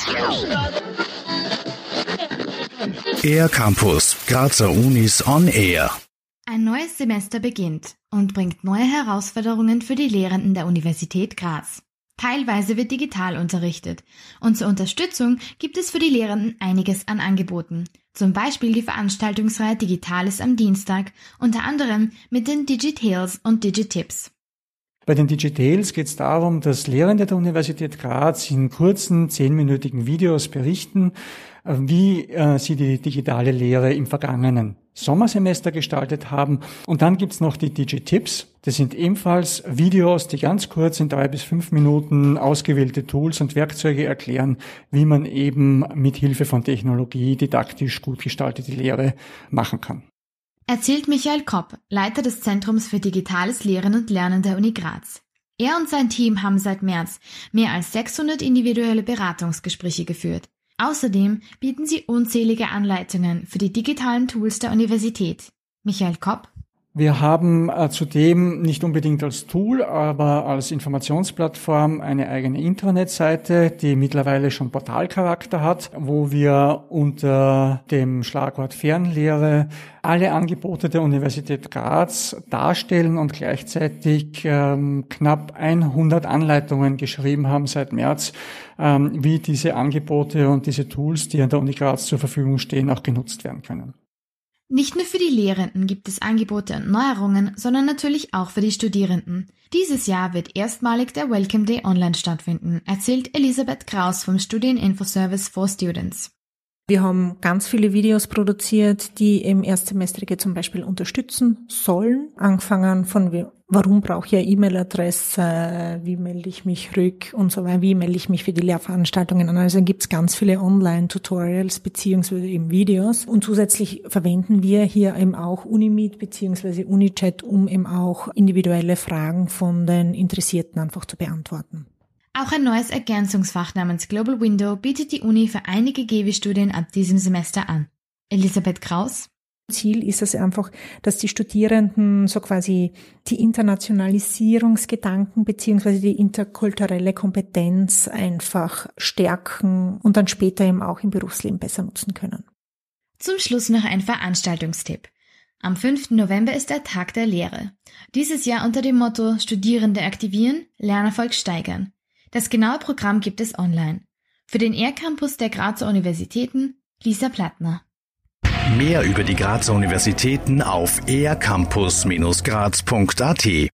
Air Campus, Grazer Unis on Air. Ein neues Semester beginnt und bringt neue Herausforderungen für die Lehrenden der Universität Graz. Teilweise wird digital unterrichtet und zur Unterstützung gibt es für die Lehrenden einiges an Angeboten. Zum Beispiel die Veranstaltungsreihe Digitales am Dienstag, unter anderem mit den Digitales und Digitips. Bei den Digitales geht es darum, dass Lehrende der Universität Graz in kurzen, 10-minütigen Videos berichten, wie sie die digitale Lehre im vergangenen Sommersemester gestaltet haben. Und dann gibt's noch die Digitips. Das sind ebenfalls Videos, die ganz kurz in 3 bis 5 Minuten ausgewählte Tools und Werkzeuge erklären, wie man eben mit Hilfe von Technologie didaktisch gut gestaltete Lehre machen kann. Erzählt Michael Kopp, Leiter des Zentrums für digitales Lehren und Lernen der Uni Graz. Er und sein Team haben seit März mehr als 600 individuelle Beratungsgespräche geführt. Außerdem bieten sie unzählige Anleitungen für die digitalen Tools der Universität. Michael Kopp. Wir haben zudem nicht unbedingt als Tool, aber als Informationsplattform eine eigene Internetseite, die mittlerweile schon Portalcharakter hat, wo wir unter dem Schlagwort Fernlehre alle Angebote der Universität Graz darstellen und gleichzeitig knapp 100 Anleitungen geschrieben haben seit März, wie diese Angebote und diese Tools, die an der Uni Graz zur Verfügung stehen, auch genutzt werden können. Nicht nur für die Lehrenden gibt es Angebote und Neuerungen, sondern natürlich auch für die Studierenden. Dieses Jahr wird erstmalig der Welcome Day online stattfinden, erzählt Elisabeth Kraus vom Studieninfoservice for Students. Wir haben ganz viele Videos produziert, die im Erstsemestrige zum Beispiel unterstützen sollen. Angefangen von, warum brauche ich eine E-Mail-Adresse, wie melde ich mich rück und so weiter, wie melde ich mich für die Lehrveranstaltungen an. Also gibt es ganz viele Online-Tutorials beziehungsweise eben Videos. Und zusätzlich verwenden wir hier eben auch Unimeet beziehungsweise Unichat, um eben auch individuelle Fragen von den Interessierten einfach zu beantworten. Auch ein neues Ergänzungsfach namens Global Window bietet die Uni für einige GEWI-Studien ab diesem Semester an. Elisabeth Kraus. Ziel ist es einfach, dass die Studierenden so quasi die Internationalisierungsgedanken beziehungsweise die interkulturelle Kompetenz einfach stärken und dann später eben auch im Berufsleben besser nutzen können. Zum Schluss noch ein Veranstaltungstipp. Am 5. November ist der Tag der Lehre. Dieses Jahr unter dem Motto Studierende aktivieren, Lernerfolg steigern. Das genaue Programm gibt es online. Für den Air Campus der Grazer Universitäten, Lisa Plattner. Mehr über die Grazer Universitäten auf aircampus-graz.at